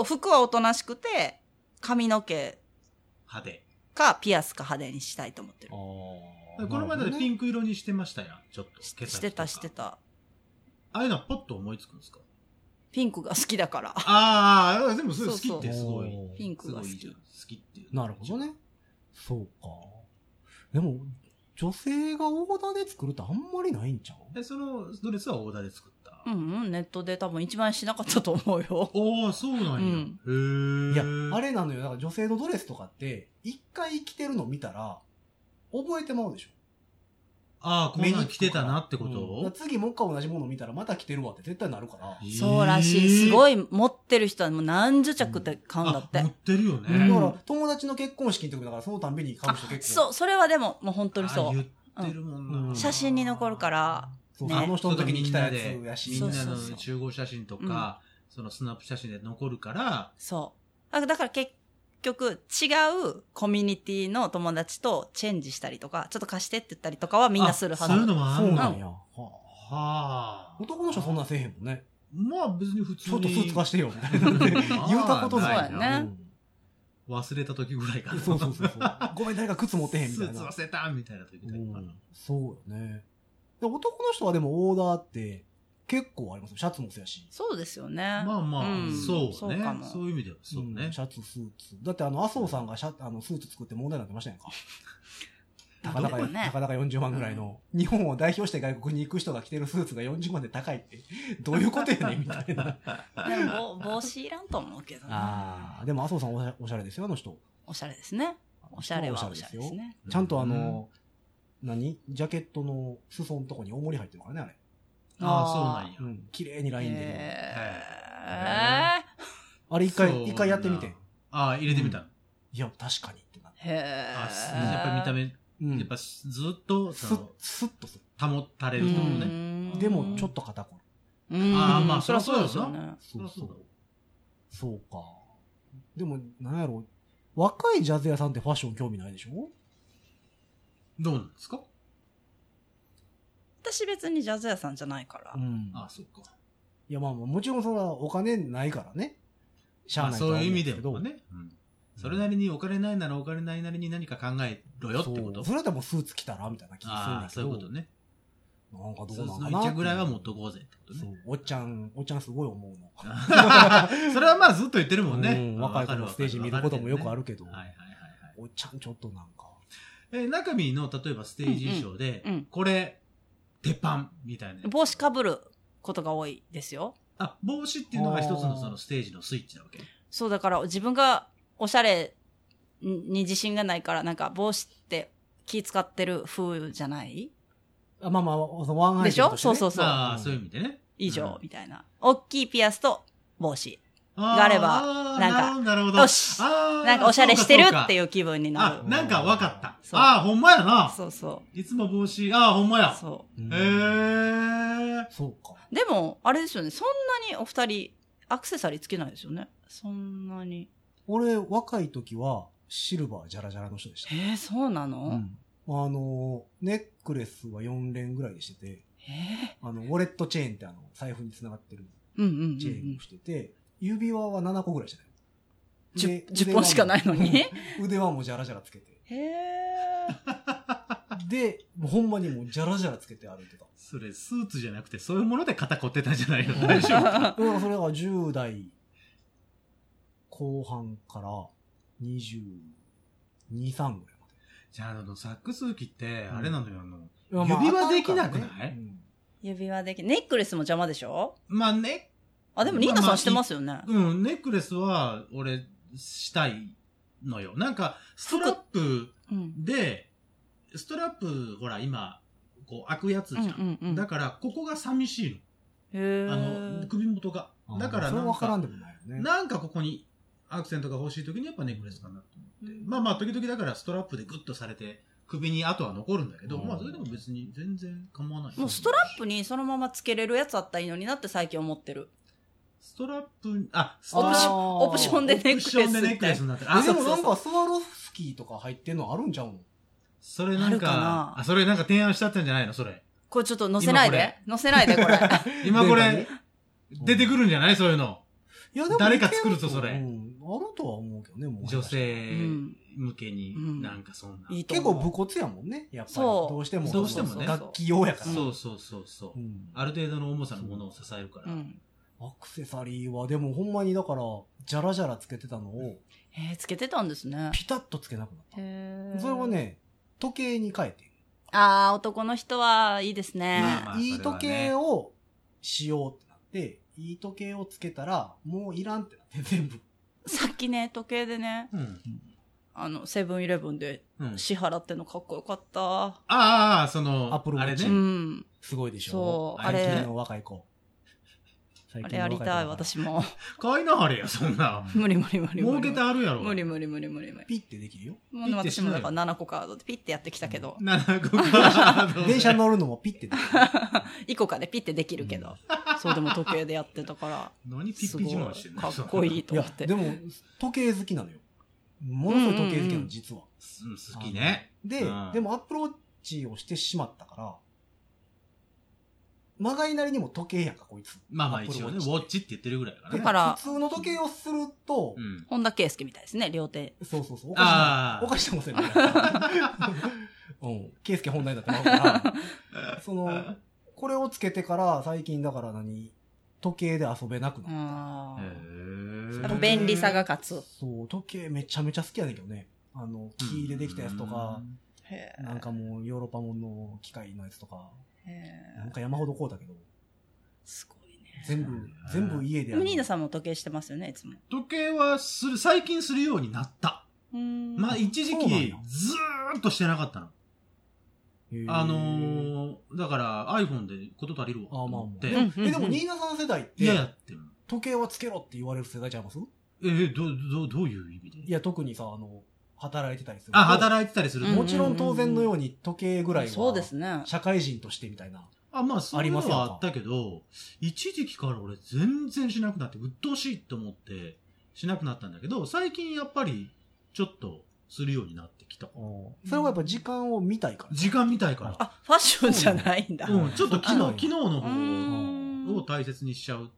服はおとなしくて、髪の毛。 派手。 か、ピアスか派手にしたいと思ってる。 この前でピンク色にしてましたやん、ちょっと。 してた。 ああいうのはポッと思いつくんですか？ ピンクが好きだから。 でもそれ好きってすごい。 ピンクが好き。 好きっていう。 なるほどね。そうか。でも、女性がオーダーで作るってあんまりないんちゃう？ そのドレスはオーダーで作った？ ネットで多分一番しなかったと思うよ。 そうなんや。 いや、あれなのよ。だから女性のドレスとかって、一回着てるの見たら、覚えてまうでしょ？ こんなん着てたなってこと？ 次もう一回同じもの見たらまた着てるわって絶対なるから。 そうらしい。すごい持ってる人はもう何十着って買うんだって。 持ってるよね。 だから友達の結婚式の時だからそのたんびに買う人結構。 そう、それはでももう本当にそう。 言ってるもんな。 写真に残るから。 あの人の時に来たやつやし。 みんなの集合写真とか、そのスナップ写真で残るから。 そう。だから結局違うコミュニティの友達とチェンジしたりとか、ちょっと貸してって言ったりとかはみんなするはず。 そういうのもあるそうなんや。男の人そんなんせえへんもんね。 まあ別に普通に。 ちょっとスーツ貸してよみたいな。言うたことないそうやね。 忘れた時ぐらいかな。 そう。ごめん、誰か靴持ってへんみたいな。 スーツ忘れたみたいな時ぐらいかな。 そうよね。男の人はでもオーダーって結構ありますよ。シャツもそうやし。 そうですよね。 まあ、そうね。そういう意味ではそうね。 シャツ、スーツ。だって麻生さんがスーツ作って問題になってましたやんか。たかだか40万ぐらいの、日本を代表して外国に行く人が着てるスーツが40万で高いって、どういうことやねんみたいな。 でも帽子いらんと思うけどね。 でも麻生さんおしゃれですよ、あの人。 おしゃれですね。おしゃれはおしゃれですね。 ちゃんとジャケットの裾のとこに重り入ってるからね、あれ。 そうなんや。 綺麗にラインで。 あれ一回やってみて。 入れてみた。 いや、確かにってなって。 やっぱり見た目、やっぱずっと、 スッとする。 保たれると思うね。 でも、ちょっと肩こる。 まあ、そりゃそうですよね。 そうか。でも、なんやろ、若いジャズ屋さんってファッション興味ないでしょ？ どうなんですか？ 私別にジャズ屋さんじゃないから。 そうか。 いやまあもちろんそれはお金ないからね。 しゃあないとは思うんですけど。そういう意味でもね。それなりにお金ないならお金ないなりに何か考えろよってこと。 それだったらもうスーツ着たらみたいな気がするんだけど。 そういうことね。 なんかどうなんかな。 スーツの1着ぐらいは持っとこうぜってことね。 そう。おっちゃんすごい思うの。 それはまあずっと言ってるもんね。 若い子のステージ見ることもよくあるけど。はいはいはい。おっちゃんちょっとなんか。 中身の例えばステージ衣装で、これ、鉄板みたいな。 帽子かぶることが多いですよ。 あ、帽子っていうのが一つのそのステージのスイッチなわけ。 そうだから自分がおしゃれに自信がないからなんか帽子って気使ってる風じゃない？ まあまあ、そのワンアイテムとしてね。 でしょ？そうそうそう。 ああ、そういう意味でね。 以上、みたいな。大きいピアスと帽子があれば、なんか、よし、なんかおしゃれしてるっていう気分になる。 あ、なんかわかった。ああ、ほんまやな。 そうそう。 いつも帽子、ああ、ほんまや。 そう。 そうか。 でも、あれですよね、そんなにお二人、アクセサリーつけないですよね。そんなに。 俺、若い時は、シルバージャラジャラの人でした。 そうなの？ ネックレスは4連ぐらいでしてて、ウォレットチェーンって財布につながってるチェーンをしてて、指輪は7個ぐらいしてない10本しかないのに腕輪もジャラジャラつけて。で、ほんまにもうジャラジャラつけて歩いてた。 それ、スーツじゃなくて、そういうもので肩凝ってたんじゃないの？大丈夫？だからそれは10代後半から22、3ぐらい。 じゃあ、サックス機って、あれなのよ、指輪できなくない？ 指輪でき、ネックレスも邪魔でしょ？ まあね。 あ、でもニーナさんしてますよね。 ネックレスは、俺、したいのよ。なんか、ストラップで、ストラップ、ほら、今、こう、開くやつじゃん。だから、ここが寂しいの。首元が。だから、なんか、なんかここに、アクセントが欲しい時にやっぱネックレスかなと思って。まあまあ、時々だからストラップでグッとされて、首にあとは残るんだけど、まあそれでも別に全然構わない。 もうストラップにそのままつけれるやつあったらいいのになって最近思ってる。 ストラップ、 オプションでネックレス。オプションでネックレスになってる。でもなんかスワロフスキーとか入ってんのあるんちゃうの？ それなんか、それなんか提案しちゃったんじゃないのそれ。 これちょっと載せないで。載せないで、これ。 今これ、出てくるんじゃないそういうの。いやでも誰か作るとそれ。あるとは思うけどね、もう。 女性向けになんかそんな。 結構武骨やもんね、やっぱり。どうしても。どうしてもね。楽器用やから。 そう。ある程度の重さのものを支えるから。 アクセサリーはでもほんまにだから、ジャラジャラつけてたのを。 つけてたんですね。 ピタッとつけなくなった。それはね、時計に変えて。 男の人はいいですね。 いい時計をしようってなって、いい時計をつけたら、もういらんってなって全部。 さっきね、時計でね、セブンイレブンで支払ってんのかっこよかった。 アップルウォッチ。すごいでしょ。 そう、あれ。 若い子。 あれやりたい、私も。 買いなはれや、そんな。 無理。 儲けてあるやろ。 無理。 ピッてできるよ。 もう私もだから7個カードでピッてやってきたけど。 7個カード。 電車乗るのもピッてできる。 1個かでピッてできるけど。そうでも時計でやってたから。 何ピッピ自慢してんの？ かっこいいと思って。 でも、時計好きなのよ。ものすごい時計好きなの、実は。 好きね。 でもアプローチをしてしまったから、まがいなりにも時計やんか、こいつ。 まあ一応ね、ウォッチって言ってるぐらいだから。普通の時計をすると、 本田圭佑みたいですね、両手。 そう。おかしなもせんね。圭佑本田だってなるから、これをつけてから最近だから時計で遊べなくなった。 便利さが勝つ。 そう、時計めちゃめちゃ好きやねんけどね。木でできたやつとか、なんかもうヨーロッパもんの機械のやつとか、なんか山ほどこうだけど。 すごいね。 全部家でやる。 ニーナさんも時計してますよね、いつも。 時計は最近するようになった。まあ一時期ずーっとしてなかったの。だから iPhone でこと足りるわと思って。 でもニーナさん世代って、時計はつけろって言われる世代ちゃいます？ どういう意味で？ いや、特にさ、働いてたりする。 働いてたりする。 もちろん当然のように時計ぐらいは、 そうですね。 社会人としてみたいな。 まあ、そういうのはあったけど、一時期から俺全然しなくなって、鬱陶しいと思ってしなくなったんだけど、最近やっぱりちょっとするようになってきた。 それはやっぱ時間を見たいから。 時間見たいから。 ファッションじゃないんだ。 ちょっと機能の方を大切にしちゃうっ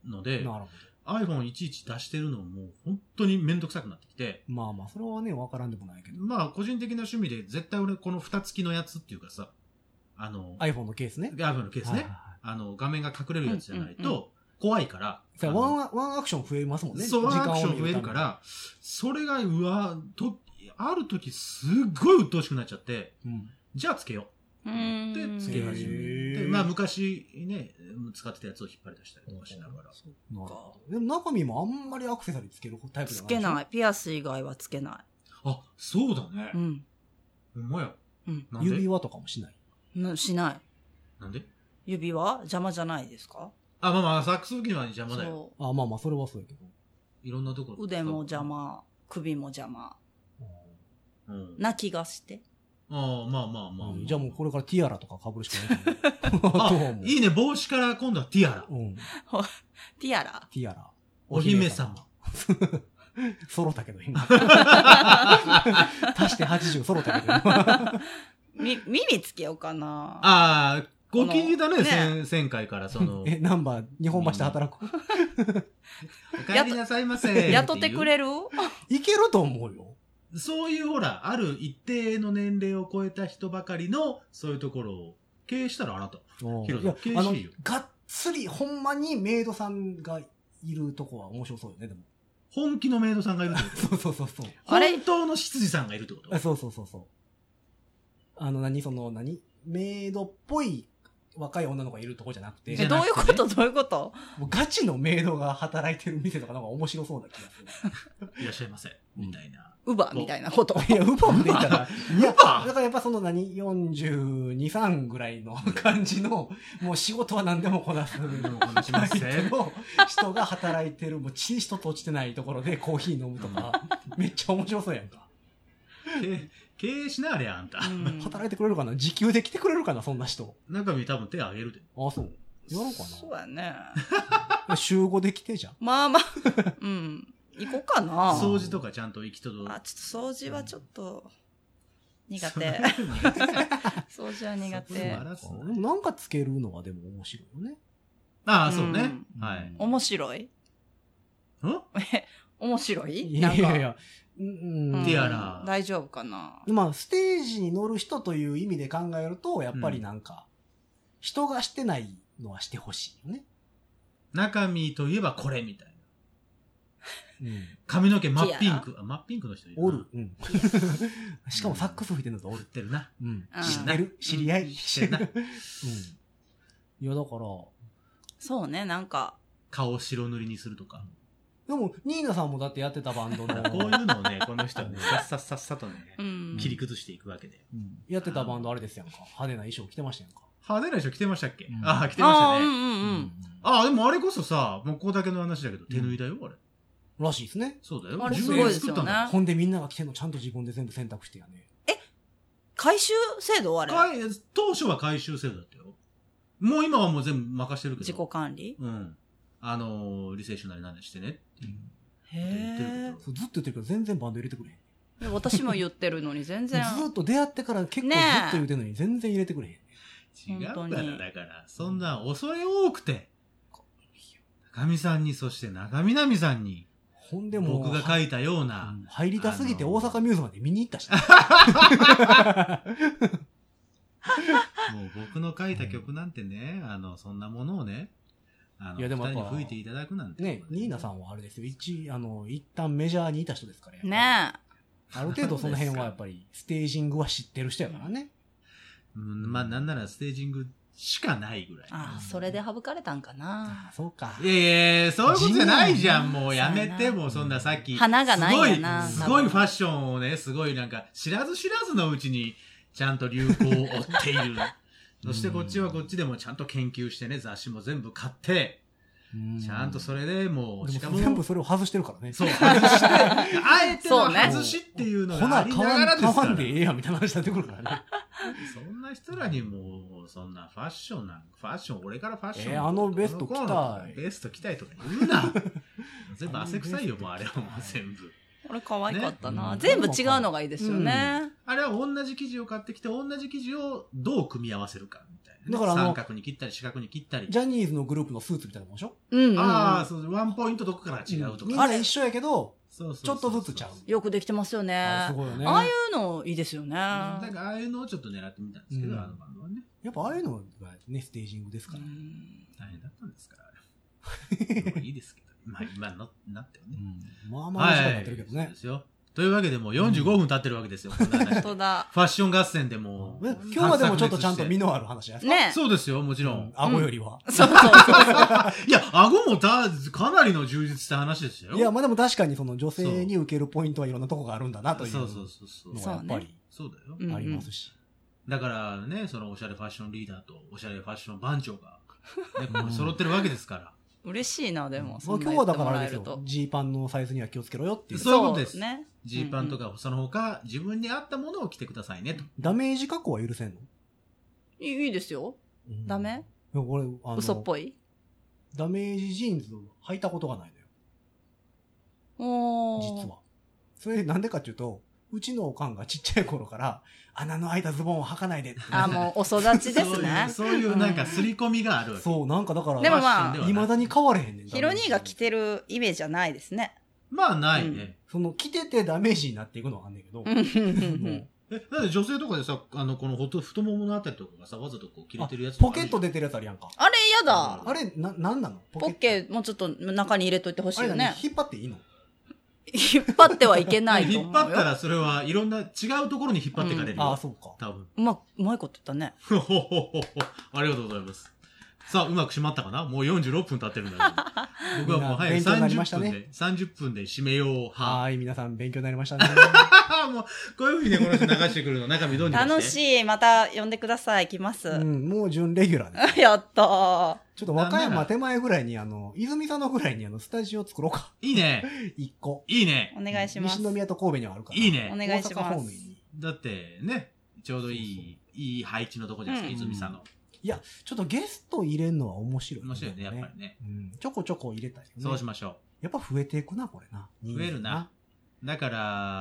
ので、なるほど。iPhone いちいち出してるのも本当にめんどくさくなってきて。 まあまあ、それはね、わからんでもないけど。 まあ、個人的な趣味で絶対俺この蓋付きのやつっていうかさ、 iPhone のケースね。 iPhone のケースね。画面が隠れるやつじゃないと、怖いから。 ワンアクション増えますもんね。 そう、ワンアクション増えるから、それが、ある時すっごい鬱陶しくなっちゃって、じゃあつけよう。で、つけ始めて。まあ昔ね、使ってたやつを引っ張り出したりとかしながら。 でも中身もあんまりアクセサリーつけるタイプじゃない。 つけない。ピアス以外はつけない。 あ、そうだね。うん。ほんまや。 指輪とかもしない？ しない。 なんで？ 指輪邪魔じゃないですか？ あ、まあまあ、サックス吹きのは邪魔だよ。 あ、まあまあ、それはそうやけど。 いろんなところ。 腕も邪魔、首も邪魔。な気がして。 ああ、まあまあまあ。 じゃあもうこれからティアラとか被るしかない。 いいね、帽子から今度はティアラ。 ティアラ？ ティアラ。 お姫様。 揃ったけど、今。足して80揃ったけど、 耳つけようかな。 ああ、ご気に入りだね、1000回からその。 ナンバー、日本橋で働く。 お帰りなさいませ。 雇ってくれる？ いけると思うよ。 そういうほら、ある一定の年齢を超えた人ばかりの、そういうところを経営したらあなた。ヒロさん、経営しいよ。 がっつり、ほんまにメイドさんがいるとこは面白そうよね、でも。 本気のメイドさんがいるってこと？ そう。 本当の執事さんがいるってこと？ そう。メイドっぽい若い女の子がいるとこじゃなくて。 どういうこともうガチのメイドが働いてる店とかなんか面白そうな気がする。いらっしゃいませ。みたいな。 ウバみたいなこと。 いや、ウバもでいいから。いや、だからやっぱその42、3ぐらいの感じの、もう仕事は何でもこなす人が働いてる、もう血一つ落ちてないところでコーヒー飲むとか、めっちゃ面白そうやんか。 経営しなあれや、あんた。 働いてくれるかな？時給で来てくれるかな、そんな人。 中身多分手あげるで。 あ、そう。やろうかな。 そうやね。 週5で来てじゃん。 まあまあ。うん。行こうかな。 掃除とかちゃんと行き届く。 ちょっと掃除はちょっと苦手。掃除は苦手。でもなんかつけるのはでも面白いよね。 ああ、そうね。はい。 面白い？面白い？ いや。 ティアラ。 大丈夫かな。 まあ、ステージに乗る人という意味で考えると、やっぱりなんか、人がしてないのはしてほしいよね。 中身といえばこれみたいな。髪の毛真っピンク。真っピンクの人いる。 おる。しかもサックス吹いてるのとおる。 ってるな。 知ってる。知り合い。 知ってるな。いや、だから。 そうね、なんか。 顔白塗りにするとか。 でも、ニーナさんもだってやってたバンドの。 こういうのをね、この人はね、さっさとね、切り崩していくわけで。 やってたバンドあれですやんか。派手な衣装着てましたやんか。 派手な衣装着てましたっけ？ああ、着てましたね。ああ、でもあれこそさ、もうここだけの話だけど、手縫いだよ、あれ。 らしいですね。 そうだよ。 あれすごいですよね。 ほんでみんなが着てんのちゃんと自分で全部選択してやね。 回収制度あれ？ 当初は回収制度だったよ。もう今はもう全部任してるけど。 自己管理？ リセッションなりなんでしてねっていう。 へぇずっと言ってるけど全然バンド入れてくれへん。 私も言ってるのに全然。 ずっと出会ってから結構ずっと言ってるのに全然入れてくれへん。 違うから、だから、そんな恐れ多くて、中見さんに、そして中南さんに、 ほんでも僕が書いたような、 入りたすぎて大阪ミューズまで見に行ったし。 もう僕の書いた曲なんてね、そんなものをね、 いやでも二人に吹いていただくなんて。 ね、ニーナさんはあれですよ。一旦メジャーにいた人ですからね。 ある程度その辺はやっぱり、ステージングは知ってる人やからね。 まあなんならステージングしかないぐらい。 それで省かれたんかな。 そうか。 いやそういうことじゃないじゃん。もうやめて、もうそんなさっき。 花がないんだな。 すごいファッションをね、すごいなんか、知らずのうちに、ちゃんと流行を追っている。そしてこっちはこっちでもちゃんと研究してね、雑誌も全部買って、ちゃんとそれでもう、 しかも全部それを外してるからね。 そう、外して、あえての外しっていうのがありながらですから。 ほな、買わんでええやんみたいな話になってくるからね。 そんな人らにもう、そんなファッション、俺からファッション。 あのベスト着たい。 ベスト着たいとか言うな。全部汗臭いよ、もうあれはもう全部。 あれ可愛かったな。全部違うのがいいですよね。 あれは同じ生地を買ってきて、同じ生地をどう組み合わせるかみたいだから三角に切ったり四角に切ったり。 ジャニーズのグループのスーツみたいなもんでしょ？ ああ、そう、ワンポイントどこから違うとか。 みんな一緒やけど、ちょっとずつちゃう。 よくできてますよね。 すごいよね。 ああいうのいいですよね。 だからああいうのをちょっと狙ってみたんですけど、あのバンドはね。 やっぱああいうのがね、ステージングですから。 大変だったんですから、あれ。いいですけど。まあ今になってはね。 まあまあ短くなってるけどね。 そうですよ。というわけでもう45分経ってるわけですよ。本当だ。 ファッション合戦でも。 今日はでもちょっとちゃんと身のある話やね。 そうですよ、もちろん。 顎よりは。 そう。 いや、顎もかなりの充実した話ですよ。 いや、まあでも確かにその女性に受けるポイントはいろんなとこがあるんだなという。 そう。 やっぱり。 そうだよ。 ありますし。 だからね、そのおしゃれファッションリーダーとおしゃれファッション番長が、ね、揃ってるわけですから。 嬉しいな、でも。 今日はだからあれですよ。ジーパンのサイズには気をつけろよっていう。 そういうことです。 ね。 ジーパンとかその他、自分に合ったものを着てくださいねと。 ダメージ加工は許せんの？ いいですよ。ダメ？ これ、 嘘っぽい？ ダメージジーンズ履いたことがないのよ。実は。それなんでかっていうと、うちのおかんがちっちゃい頃から、穴の開いたズボンを履かないでって。 もうお育ちですね。 そういうなんか刷り込みがあるわけ。 そう、なんかだから、 でもまあ、 未だに変われへんねん。 ヒロ兄が着てるイメージはないですね。 まあないね。 その着ててダメージになっていくのはあんねんけど。 だって女性とかでさ、この太もものあたりとかがさ、わざとこう切れてるやつポケット出てるやつあるやんか。 あれ嫌だ。 あれ、なんなの？ ポッケもうちょっと中に入れといてほしいよね。 引っ張っていいの？ 引っ張ってはいけないと思うよ。 引っ張ったらそれはいろんな違うところに引っ張ってかれるよ。 ああ、そうか。 多分。 うまいこと言ったね。 ありがとうございます。さあ、うまく締まったかな？もう46分経ってるんだけど。僕はもう早く30分で締めよう。 はい、皆さん勉強になりましたね。 もう、こういうふうにね、この人流してくるの、中身どうにかして。 楽しい。また呼んでください。来ます。 もう準レギュラーです。 やったー。 ちょっと和歌山手前ぐらいに泉佐野ぐらいにスタジオ作ろうか。 いいね。 1個。 いいね。 お願いします。 西宮と神戸にはあるから。 いいね。 お願いします。 だってね、ちょうどいい配置のとこじゃないですか、泉佐野。 いや、ちょっとゲスト入れるのは面白い。 面白いね、やっぱりね。 ちょこちょこ入れたいよね。 そうしましょう。 やっぱ増えていくな、これな。 増えるな。だから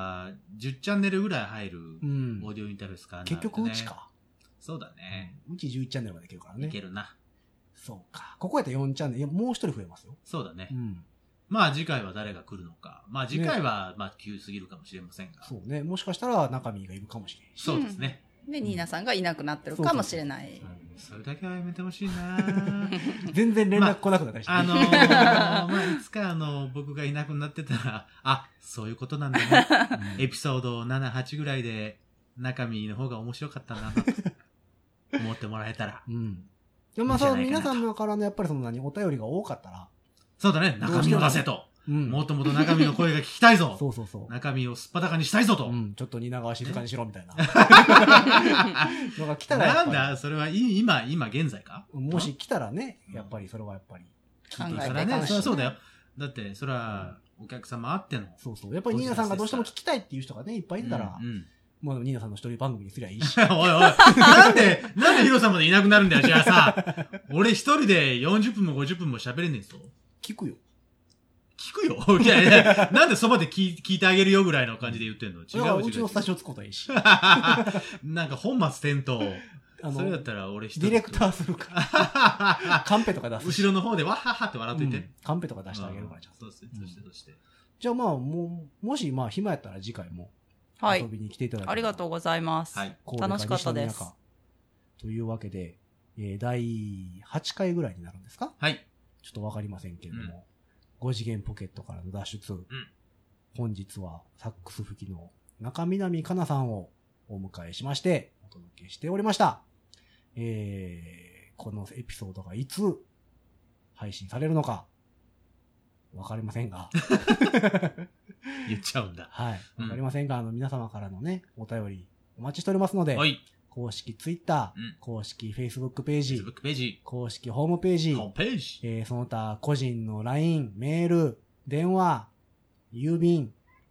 、10チャンネルぐらい入るオーディオインターフェースかな。 結局うちか。 そうだね。 うち11チャンネルまでいけるからね。 いけるな。 そうか。ここやったら4チャンネル。いや、もう一人増えますよ。 そうだね。まあ次回は誰が来るのか。まあ次回は、まあ急すぎるかもしれませんが。 そうね。もしかしたら中身がいるかもしれないし。 そうですね。 で、ニーナさんがいなくなってるかもしれない。 それだけはやめてほしいな全然連絡来なくなったりして。 まあ、いつか僕がいなくなってたら、あ、そういうことなんだね。エピソード7、8ぐらいで中身の方が面白かったんだなと思ってもらえたら。 まあ、その皆さんからのやっぱりお便りが多かったら。 そうだね、中身を出せと。もっともっと中身の声が聞きたいぞ。 そう。 中身をすっぱだかにしたいぞと。 ちょっと蜷川静かにしろみたいな。のが来たら。なんだそれは今現在かもし来たらね、やっぱりそれはやっぱり。 考えてね。 そうだよ。だって、それはお客様あっての。 そう。やっぱりニーナさんがどうしても聞きたいっていう人がね、いっぱいいたら、もうニーナさんの一人番組にすりゃいいし。 おい、なんでヒロさんまでいなくなるんだよ、じゃあさ。俺一人で40分も50分も喋れねえぞ。 聞くよ。 いや、なんでそばで聞いてあげるよぐらいの感じで言ってんの？違う。 うちのスタジオ使うといいし。 なんか本末転倒。それだったら俺一人。 ディレクターするから。カンペとか出す。 後ろの方でわははって笑っといて。 カンペとか出してあげるからじゃん。 そうして。 じゃあまあ、もし暇やったら次回も遊びに来ていただければ。 ありがとうございます。楽しかったです。 というわけで、第8回ぐらいになるんですか？ はい。 ちょっとわかりませんけれども。5次元ポケットからの脱出。本日はサックス吹きの中南かなさんをお迎えしましてお届けしておりました。このエピソードがいつ配信されるのかわかりませんが言っちゃうんだ。 はい。わかりませんが、皆様からのね、お便りお待ちしておりますので、はい。公式ツイッター、公式フェイスブックページ、公式ホームページ、その他個人の LINE、メール、電話、郵便、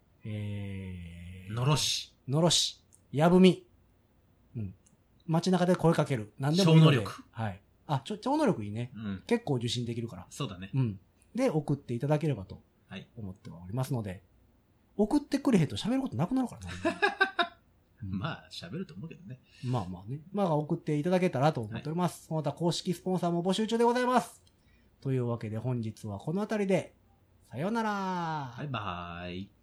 のろし、 やぶみ、街中で声かける。何でもいいので。超能力。はい。超能力いいね。結構受信できるから。 そうだね。 で、送っていただければと思っておりますので、送ってくれへんと喋ることなくなるからね。 まあ、喋ると思うけどね。 まあまあね。まあ、送っていただけたらと思っております。その他公式スポンサーも募集中でございます。というわけで本日はこの辺りで、さようなら。 バイバーイ。